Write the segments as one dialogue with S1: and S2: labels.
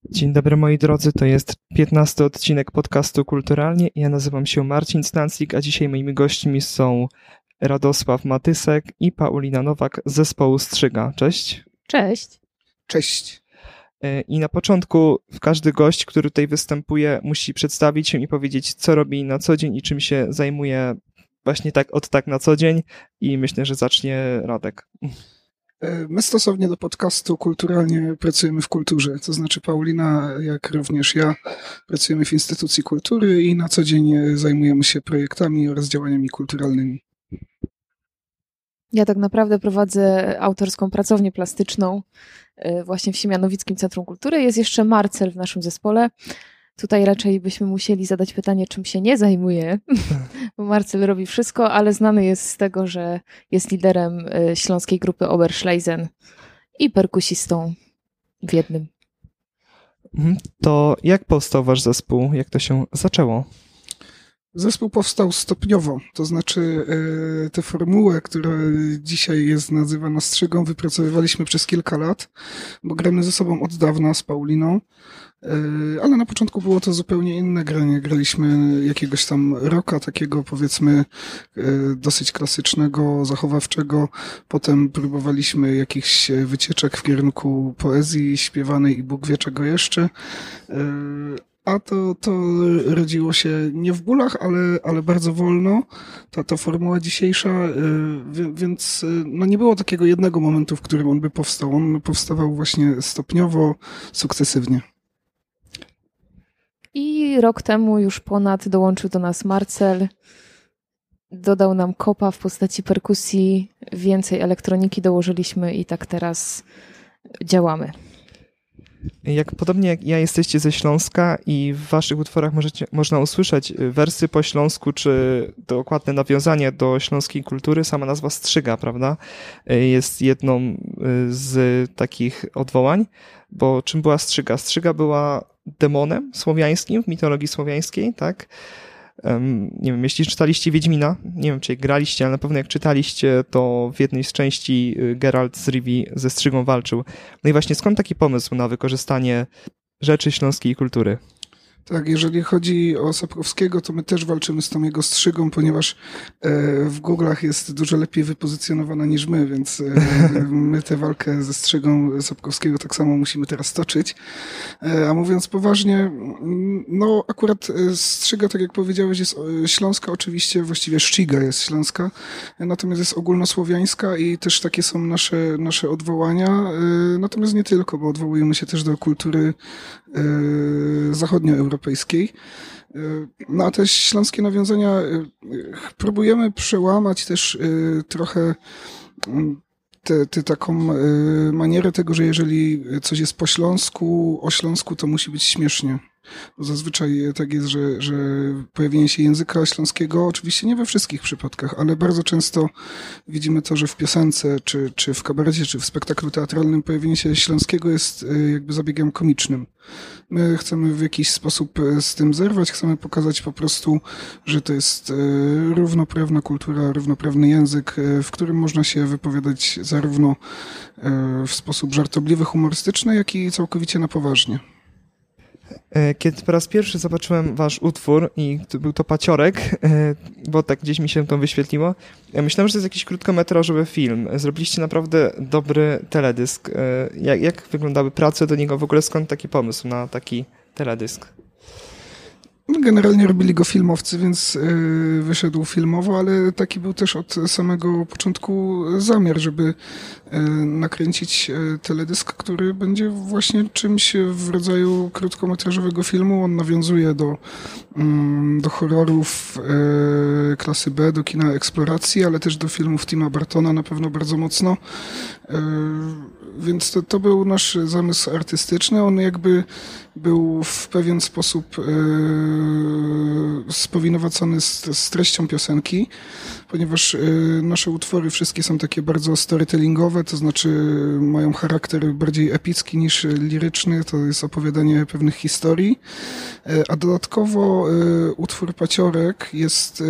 S1: Dzień dobry moi drodzy, to jest 15. odcinek podcastu Kulturalnie. Ja nazywam się Marcin Stancik, a dzisiaj moimi gośćmi są Radosław Matysek i Paulina Nowak z zespołu Strzyga. Cześć.
S2: Cześć.
S3: Cześć.
S1: I na początku każdy gość, który tutaj występuje, musi przedstawić się i powiedzieć, co robi na co dzień i czym się zajmuje właśnie tak na co dzień. I myślę, że zacznie Radek.
S3: My stosownie do podcastu Kulturalnie pracujemy w kulturze, to znaczy Paulina, jak również ja, pracujemy w instytucji kultury i na co dzień zajmujemy się projektami oraz działaniami kulturalnymi.
S2: Ja tak naprawdę prowadzę autorską pracownię plastyczną właśnie w Siemianowickim Centrum Kultury. Jest jeszcze Marcel w naszym zespole. Tutaj raczej byśmy musieli zadać pytanie, czym się nie zajmuje, bo Marcel robi wszystko, ale znany jest z tego, że jest liderem śląskiej grupy Oberschleisen i perkusistą w jednym.
S1: To jak powstał wasz zespół? Jak to się zaczęło?
S3: Zespół powstał stopniowo, to znaczy tę formułę, która dzisiaj jest nazywana Strzygą, wypracowywaliśmy przez kilka lat, bo gramy ze sobą od dawna z Pauliną, ale na początku było to zupełnie inne granie. Graliśmy jakiegoś tam rocka, takiego powiedzmy dosyć klasycznego, zachowawczego, potem próbowaliśmy jakichś wycieczek w kierunku poezji śpiewanej i Bóg wie czego jeszcze. A to rodziło się nie w bólach, ale bardzo wolno, ta formuła dzisiejsza, więc no nie było takiego jednego momentu, w którym on by powstał. On powstawał właśnie stopniowo, sukcesywnie.
S2: I rok temu już ponad dołączył do nas Marcel, dodał nam kopa w postaci perkusji, więcej elektroniki dołożyliśmy i tak teraz działamy.
S1: Podobnie jak ja jesteście ze Śląska i w waszych utworach można usłyszeć wersy po śląsku, czy dokładne nawiązanie do śląskiej kultury. Sama nazwa Strzyga, prawda, jest jedną z takich odwołań, bo czym była Strzyga? Strzyga była demonem słowiańskim w mitologii słowiańskiej, tak? Nie wiem, jeśli czytaliście Wiedźmina, nie wiem, czy graliście, ale na pewno jak czytaliście, to w jednej z części Geralt z Rivii ze Strzygą walczył. No i właśnie skąd taki pomysł na wykorzystanie rzeczy śląskiej kultury?
S3: Tak, jeżeli chodzi o Sapkowskiego, to my też walczymy z tą jego Strzygą, ponieważ w Google'ach jest dużo lepiej wypozycjonowana niż my, więc my tę walkę ze Strzygą Sapkowskiego tak samo musimy teraz toczyć. A mówiąc poważnie, no akurat Strzyga, tak jak powiedziałeś, jest śląska, oczywiście, właściwie Szciga jest śląska, natomiast jest ogólnosłowiańska i też takie są nasze odwołania, natomiast nie tylko, bo odwołujemy się też do kultury zachodnioeuropejskiej. No a te śląskie nawiązania próbujemy przełamać też trochę taką manierę tego, że jeżeli coś jest po śląsku, o śląsku, to musi być śmiesznie. Bo zazwyczaj tak jest, że pojawienie się języka śląskiego, oczywiście nie we wszystkich przypadkach, ale bardzo często widzimy to, że w piosence, czy w kabarecie, czy w spektaklu teatralnym pojawienie się śląskiego jest jakby zabiegiem komicznym. My chcemy w jakiś sposób z tym zerwać, chcemy pokazać po prostu, że to jest równoprawna kultura, równoprawny język, w którym można się wypowiadać zarówno w sposób żartobliwy, humorystyczny, jak i całkowicie na poważnie.
S1: Kiedy po raz pierwszy zobaczyłem wasz utwór i był to Paciorek, bo tak gdzieś mi się to wyświetliło, myślałem, że to jest jakiś krótkometrażowy film. Zrobiliście naprawdę dobry teledysk. Jak wyglądały prace do niego? W ogóle skąd taki pomysł na taki teledysk?
S3: Generalnie robili go filmowcy, więc wyszedł filmowo, ale taki był też od samego początku zamiar, żeby nakręcić teledysk, który będzie właśnie czymś w rodzaju krótkometrażowego filmu. On nawiązuje do horrorów klasy B, do kina eksploracji, ale też do filmów Tima Burtona na pewno bardzo mocno. Więc to był nasz zamysł artystyczny. On jakby był w pewien sposób spowinowacony z treścią piosenki, ponieważ nasze utwory wszystkie są takie bardzo storytellingowe, to znaczy mają charakter bardziej epicki niż liryczny, to jest opowiadanie pewnych historii, a dodatkowo utwór Paciorek jest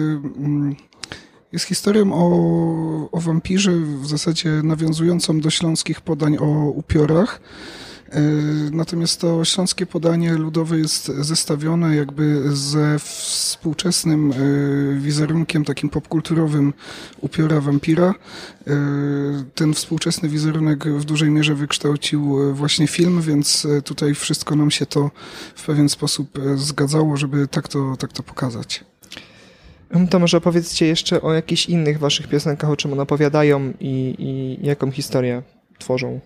S3: historią o wampirze, w zasadzie nawiązującą do śląskich podań o upiorach. Natomiast to śląskie podanie ludowe jest zestawione jakby ze współczesnym wizerunkiem takim popkulturowym upiora wampira. Ten współczesny wizerunek w dużej mierze wykształcił właśnie film, więc tutaj wszystko nam się to w pewien sposób zgadzało, żeby tak to pokazać.
S1: To może opowiedzcie jeszcze o jakichś innych waszych piosenkach, o czym one opowiadają i jaką historię tworzą.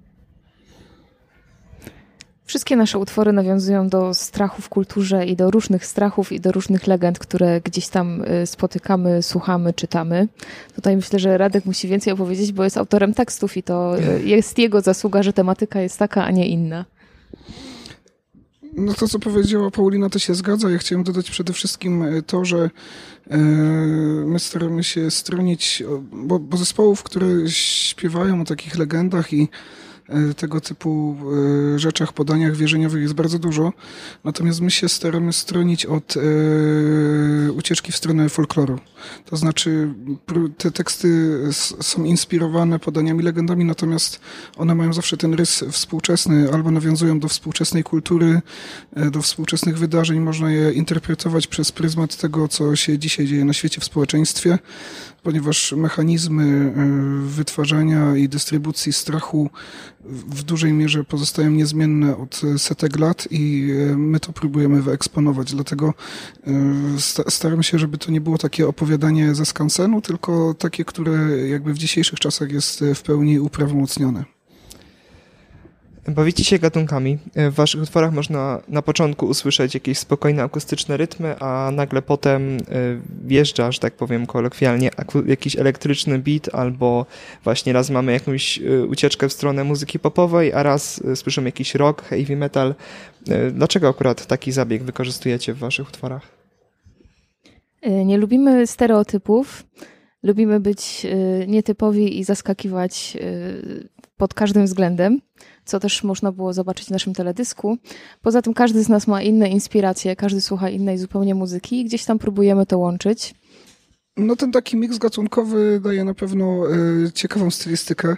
S2: Wszystkie nasze utwory nawiązują do strachu w kulturze i do różnych strachów i do różnych legend, które gdzieś tam spotykamy, słuchamy, czytamy. Tutaj myślę, że Radek musi więcej opowiedzieć, bo jest autorem tekstów i to jest jego zasługa, że tematyka jest taka, a nie inna.
S3: No to, co powiedziała Paulina, to się zgadza. Ja chciałem dodać przede wszystkim to, że my staramy się stronić, bo zespołów, które śpiewają o takich legendach i tego typu rzeczach, podaniach wierzeniowych jest bardzo dużo. Natomiast my się staramy stronić od ucieczki w stronę folkloru. To znaczy te teksty są inspirowane podaniami, legendami, natomiast one mają zawsze ten rys współczesny, albo nawiązują do współczesnej kultury, do współczesnych wydarzeń. Można je interpretować przez pryzmat tego, co się dzisiaj dzieje na świecie, w społeczeństwie, ponieważ mechanizmy wytwarzania i dystrybucji strachu w dużej mierze pozostają niezmienne od setek lat i my to próbujemy wyeksponować. Dlatego staram się, żeby to nie było takie opowiadanie ze skansenu, tylko takie, które jakby w dzisiejszych czasach jest w pełni uprawomocnione.
S1: Bawicie się gatunkami. W waszych utworach można na początku usłyszeć jakieś spokojne akustyczne rytmy, a nagle potem wjeżdża, że tak powiem kolokwialnie, jakiś elektryczny beat, albo właśnie raz mamy jakąś ucieczkę w stronę muzyki popowej, a raz słyszymy jakiś rock, heavy metal. Dlaczego akurat taki zabieg wykorzystujecie w waszych utworach?
S2: Nie lubimy stereotypów. Lubimy być nietypowi i zaskakiwać pod każdym względem, co też można było zobaczyć w naszym teledysku. Poza tym każdy z nas ma inne inspiracje, każdy słucha innej zupełnie muzyki i gdzieś tam próbujemy to łączyć.
S3: No ten taki miks gatunkowy daje na pewno ciekawą stylistykę.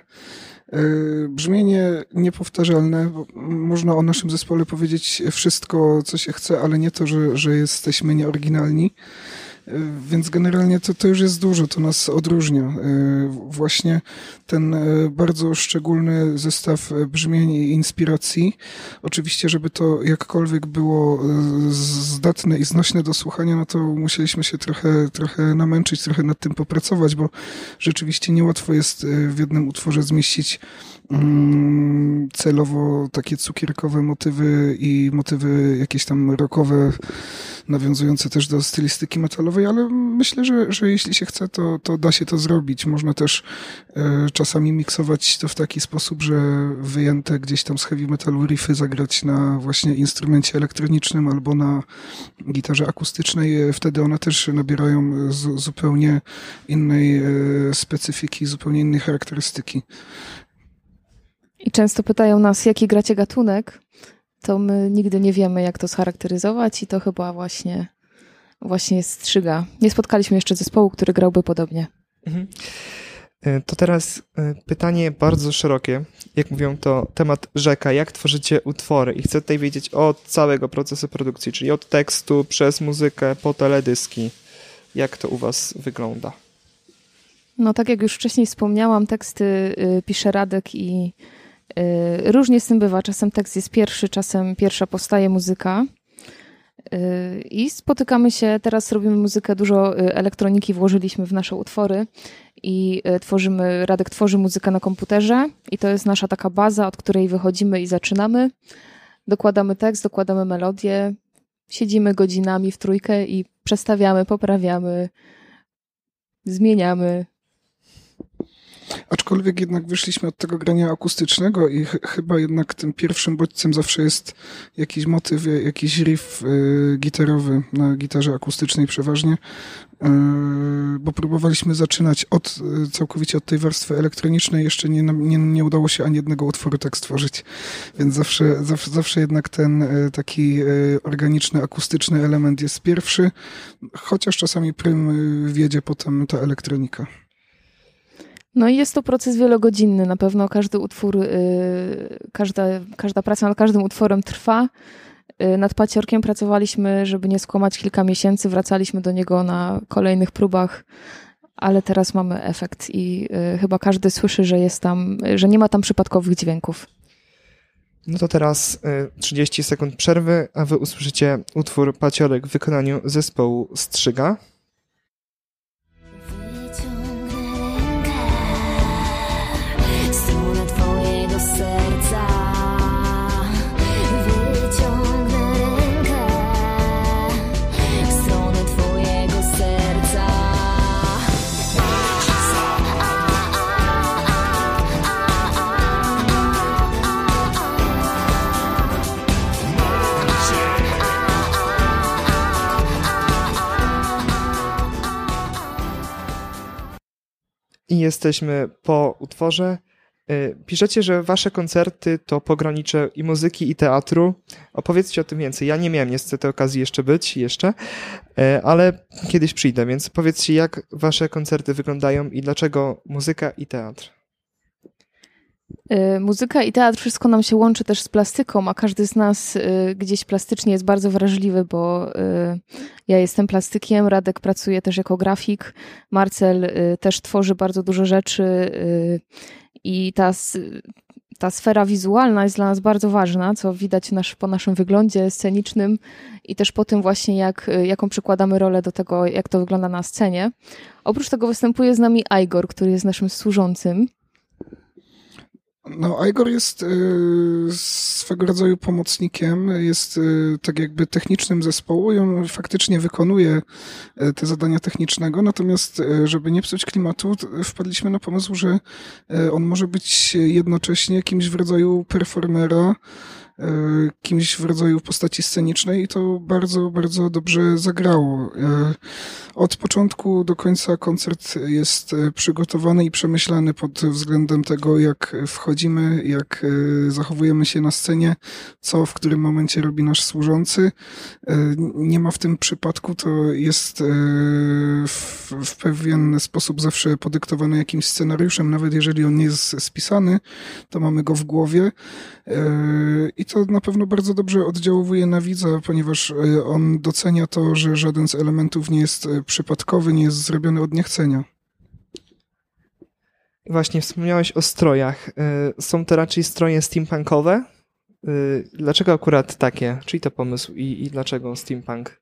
S3: Brzmienie niepowtarzalne, bo można o naszym zespole powiedzieć wszystko, co się chce, ale nie to, że jesteśmy nieoryginalni. Więc generalnie to już jest dużo, to nas odróżnia. Właśnie ten bardzo szczególny zestaw brzmień i inspiracji. Oczywiście, żeby to jakkolwiek było zdatne i znośne do słuchania, no to musieliśmy się trochę namęczyć, trochę nad tym popracować, bo rzeczywiście niełatwo jest w jednym utworze zmieścić celowo takie cukierkowe motywy i motywy jakieś tam rockowe, nawiązujące też do stylistyki metalowej, ale myślę, że jeśli się chce, to da się to zrobić. Można też czasami miksować to w taki sposób, że wyjęte gdzieś tam z heavy metalu riffy zagrać na właśnie instrumencie elektronicznym albo na gitarze akustycznej. Wtedy one też nabierają zupełnie innej specyfiki, zupełnie innej charakterystyki.
S2: I często pytają nas, jaki gracie gatunek, to my nigdy nie wiemy, jak to scharakteryzować i to chyba właśnie jest strzyga. Nie spotkaliśmy jeszcze zespołu, który grałby podobnie.
S1: Mhm. To teraz pytanie bardzo szerokie. Jak mówią, to temat rzeka. Jak tworzycie utwory? I chcę tutaj wiedzieć od całego procesu produkcji, czyli od tekstu, przez muzykę, po teledyski. Jak to u was wygląda?
S2: No tak jak już wcześniej wspomniałam, teksty pisze Radek i różnie z tym bywa. Czasem tekst jest pierwszy, czasem pierwsza powstaje muzyka. I spotykamy się, teraz robimy muzykę, dużo elektroniki włożyliśmy w nasze utwory i Radek tworzy muzykę na komputerze i to jest nasza taka baza, od której wychodzimy i zaczynamy. Dokładamy tekst, dokładamy melodię, siedzimy godzinami w trójkę i przestawiamy, poprawiamy, zmieniamy.
S3: Aczkolwiek jednak wyszliśmy od tego grania akustycznego i chyba jednak tym pierwszym bodźcem zawsze jest jakiś motyw, jakiś riff gitarowy na gitarze akustycznej przeważnie, bo próbowaliśmy zaczynać całkowicie od tej warstwy elektronicznej, jeszcze nie udało się ani jednego utworu tak stworzyć, więc zawsze jednak ten taki organiczny, akustyczny element jest pierwszy, chociaż czasami prym wiedzie potem ta elektronika.
S2: No i jest to proces wielogodzinny. Na pewno każdy utwór, każda praca nad każdym utworem trwa. Nad Paciorkiem pracowaliśmy, żeby nie skłamać, kilka miesięcy. Wracaliśmy do niego na kolejnych próbach, ale teraz mamy efekt i chyba każdy słyszy, że nie ma tam przypadkowych dźwięków.
S1: No to teraz 30 sekund przerwy, a wy usłyszycie utwór Paciorek w wykonaniu zespołu Strzyga. I jesteśmy po utworze. Piszecie, że wasze koncerty to pogranicze i muzyki, i teatru. Opowiedzcie o tym więcej. Ja nie miałem niestety okazji jeszcze, ale kiedyś przyjdę, więc powiedzcie, jak wasze koncerty wyglądają i dlaczego muzyka i teatr?
S2: Muzyka i teatr, wszystko nam się łączy też z plastyką, a każdy z nas gdzieś plastycznie jest bardzo wrażliwy, bo ja jestem plastykiem, Radek pracuje też jako grafik, Marcel też tworzy bardzo dużo rzeczy i ta sfera wizualna jest dla nas bardzo ważna, co widać po naszym wyglądzie scenicznym i też po tym właśnie, jaką przykładamy rolę do tego, jak to wygląda na scenie. Oprócz tego występuje z nami Igor, który jest naszym służącym.
S3: No, Igor jest swego rodzaju pomocnikiem, jest tak jakby technicznym zespołu i on faktycznie wykonuje te zadania technicznego, natomiast żeby nie psuć klimatu, wpadliśmy na pomysł, że on może być jednocześnie kimś w rodzaju performera, kimś w rodzaju postaci scenicznej i to bardzo, bardzo dobrze zagrało. Od początku do końca koncert jest przygotowany i przemyślany pod względem tego, jak wchodzimy, jak zachowujemy się na scenie, co w którym momencie robi nasz służący. Nie ma w tym przypadku, to jest w pewien sposób zawsze podyktowany jakimś scenariuszem, nawet jeżeli on nie jest spisany, to mamy go w głowie i to na pewno bardzo dobrze oddziałuje na widza, ponieważ on docenia to, że żaden z elementów nie jest przypadkowy, nie jest zrobiony od niechcenia.
S1: Właśnie wspomniałeś o strojach. Są to raczej stroje steampunkowe? Dlaczego akurat takie? Czyj to pomysł i dlaczego steampunk?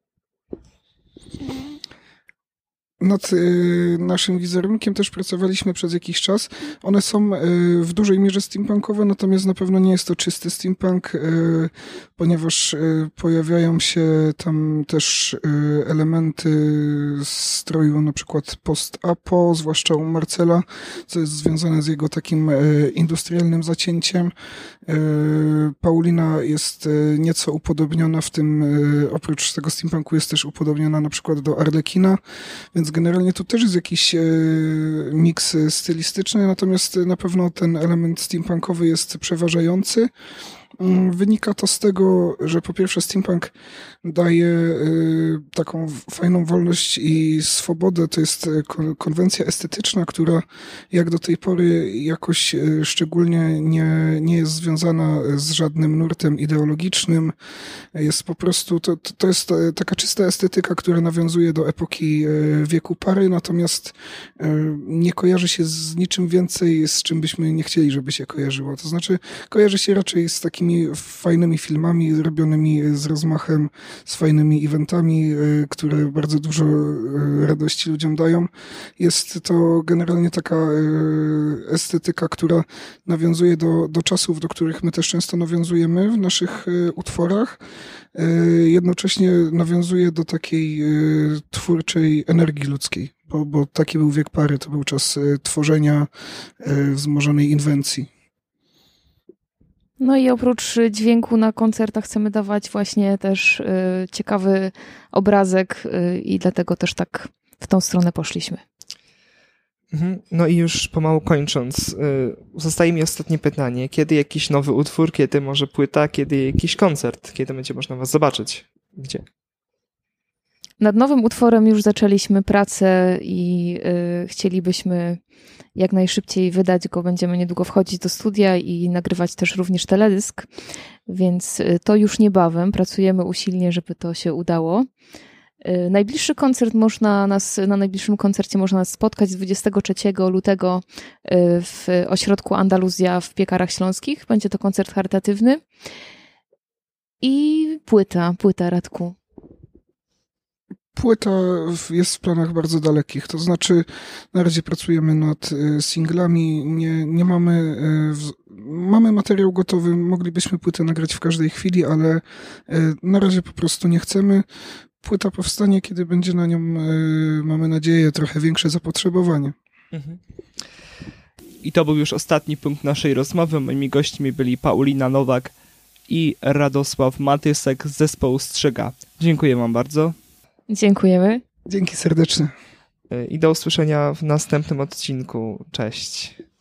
S3: Nad naszym wizerunkiem też pracowaliśmy przez jakiś czas. One są w dużej mierze steampunkowe, natomiast na pewno nie jest to czysty steampunk, ponieważ pojawiają się tam też elementy stroju na przykład post-apo, zwłaszcza u Marcela, co jest związane z jego takim industrialnym zacięciem. Paulina jest nieco upodobniona w tym, oprócz tego steampunku jest też upodobniona na przykład do Arlekina, więc generalnie tu też jest jakiś miks stylistyczny, natomiast na pewno ten element steampunkowy jest przeważający. Wynika to z tego, że po pierwsze steampunk daje taką fajną wolność i swobodę. To jest konwencja estetyczna, która jak do tej pory jakoś szczególnie nie jest związana z żadnym nurtem ideologicznym. Jest po prostu, to jest taka czysta estetyka, która nawiązuje do epoki wieku pary, natomiast nie kojarzy się z niczym więcej, z czym byśmy nie chcieli, żeby się kojarzyło. To znaczy kojarzy się raczej z takimi fajnymi filmami zrobionymi z rozmachem, z fajnymi eventami, które bardzo dużo radości ludziom dają. Jest to generalnie taka estetyka, która nawiązuje do czasów, do których my też często nawiązujemy w naszych utworach. Jednocześnie nawiązuje do takiej twórczej energii ludzkiej, bo taki był wiek pary, to był czas tworzenia wzmożonej inwencji.
S2: No i oprócz dźwięku na koncertach chcemy dawać właśnie też ciekawy obrazek i dlatego też tak w tą stronę poszliśmy.
S1: No i już pomału kończąc, zostaje mi ostatnie pytanie. Kiedy jakiś nowy utwór, kiedy może płyta, kiedy jakiś koncert, kiedy będzie można was zobaczyć? Gdzie?
S2: Nad nowym utworem już zaczęliśmy pracę i chcielibyśmy jak najszybciej wydać go. Będziemy niedługo wchodzić do studia i nagrywać też również teledysk, więc to już niebawem. Pracujemy usilnie, żeby to się udało. Najbliższy koncert na najbliższym koncercie można nas spotkać 23 lutego w ośrodku Andaluzja w Piekarach Śląskich. Będzie to koncert charytatywny. I płyta, Radku.
S3: Płyta jest w planach bardzo dalekich, to znaczy na razie pracujemy nad singlami, nie mamy, mamy materiał gotowy, moglibyśmy płytę nagrać w każdej chwili, ale na razie po prostu nie chcemy. Płyta powstanie, kiedy będzie na nią, mamy nadzieję, trochę większe zapotrzebowanie.
S1: Mhm. I to był już ostatni punkt naszej rozmowy. Moimi gośćmi byli Paulina Nowak i Radosław Matysek z zespołu Strzyga. Dziękuję wam bardzo.
S2: Dziękujemy.
S3: Dzięki serdeczne.
S1: I do usłyszenia w następnym odcinku. Cześć.